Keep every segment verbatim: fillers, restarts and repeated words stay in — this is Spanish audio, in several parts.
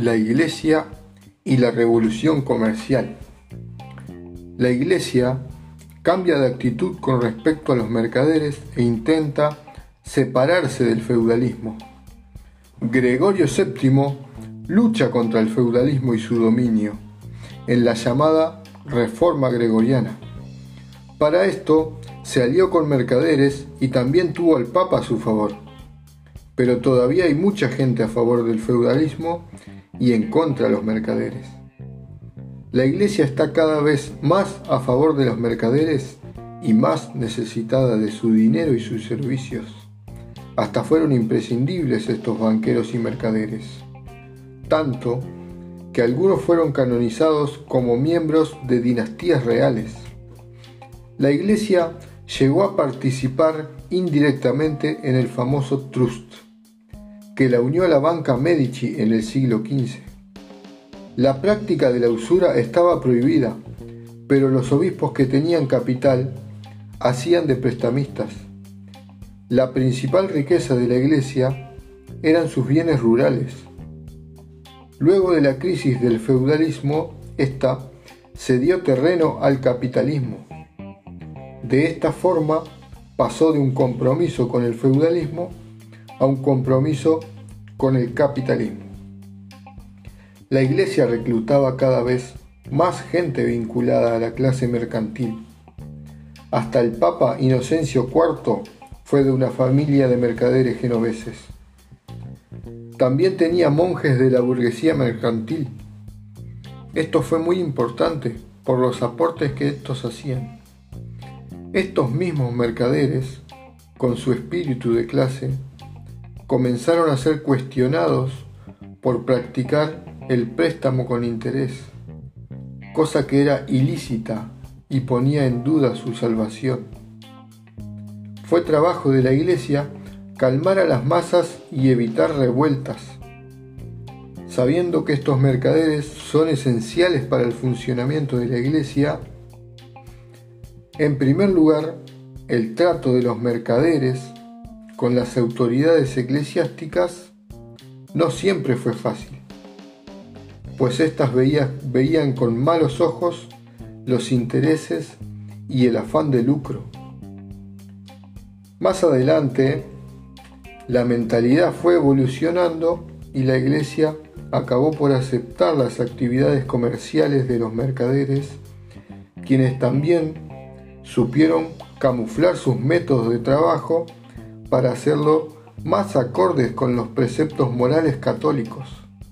La Iglesia y la revolución comercial. La Iglesia cambia de actitud con respecto a los mercaderes e intenta separarse del feudalismo. Gregorio séptimo lucha contra el feudalismo y su dominio en la llamada Reforma Gregoriana. Para esto se alió con mercaderes y también tuvo al Papa a su favor. Pero todavía hay mucha gente a favor del feudalismo y en contra de los mercaderes. La Iglesia está cada vez más a favor de los mercaderes y más necesitada de su dinero y sus servicios. Hasta fueron imprescindibles estos banqueros y mercaderes, tanto que algunos fueron canonizados como miembros de dinastías reales. La Iglesia llegó a participar indirectamente en el famoso Trust, que la unió a la banca Medici en el siglo quince. La práctica de la usura estaba prohibida, pero los obispos que tenían capital hacían de prestamistas. La principal riqueza de la Iglesia eran sus bienes rurales. Luego de la crisis del feudalismo, esta se dio terreno al capitalismo. De esta forma pasó de un compromiso con el feudalismo a un compromiso con el capitalismo. La Iglesia reclutaba cada vez más gente vinculada a la clase mercantil. Hasta el Papa Inocencio cuarto fue de una familia de mercaderes genoveses. También tenía monjes de la burguesía mercantil. Esto fue muy importante por los aportes que estos hacían. Estos mismos mercaderes, con su espíritu de clase, comenzaron a ser cuestionados por practicar el préstamo con interés, cosa que era ilícita y ponía en duda su salvación. Fue trabajo de la Iglesia calmar a las masas y evitar revueltas, sabiendo que estos mercaderes son esenciales para el funcionamiento de la Iglesia. En primer lugar, el trato de los mercaderes con las autoridades eclesiásticas no siempre fue fácil, pues éstas veían, veían con malos ojos los intereses y el afán de lucro. Más adelante, la mentalidad fue evolucionando y la Iglesia acabó por aceptar las actividades comerciales de los mercaderes, quienes también supieron camuflar sus métodos de trabajo para hacerlo más acordes con los preceptos morales católicos.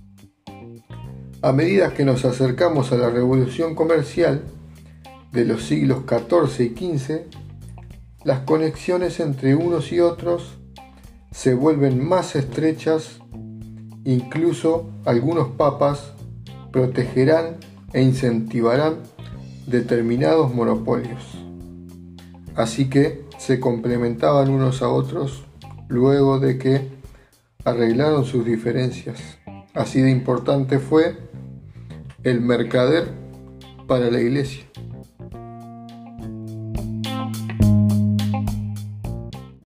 A medida que nos acercamos a la revolución comercial de los siglos catorce y quince, las conexiones entre unos y otros se vuelven más estrechas. Incluso algunos papas protegerán e incentivarán determinados monopolios. Así que se complementaban unos a otros luego de que arreglaron sus diferencias. Así de importante fue el mercader para la Iglesia.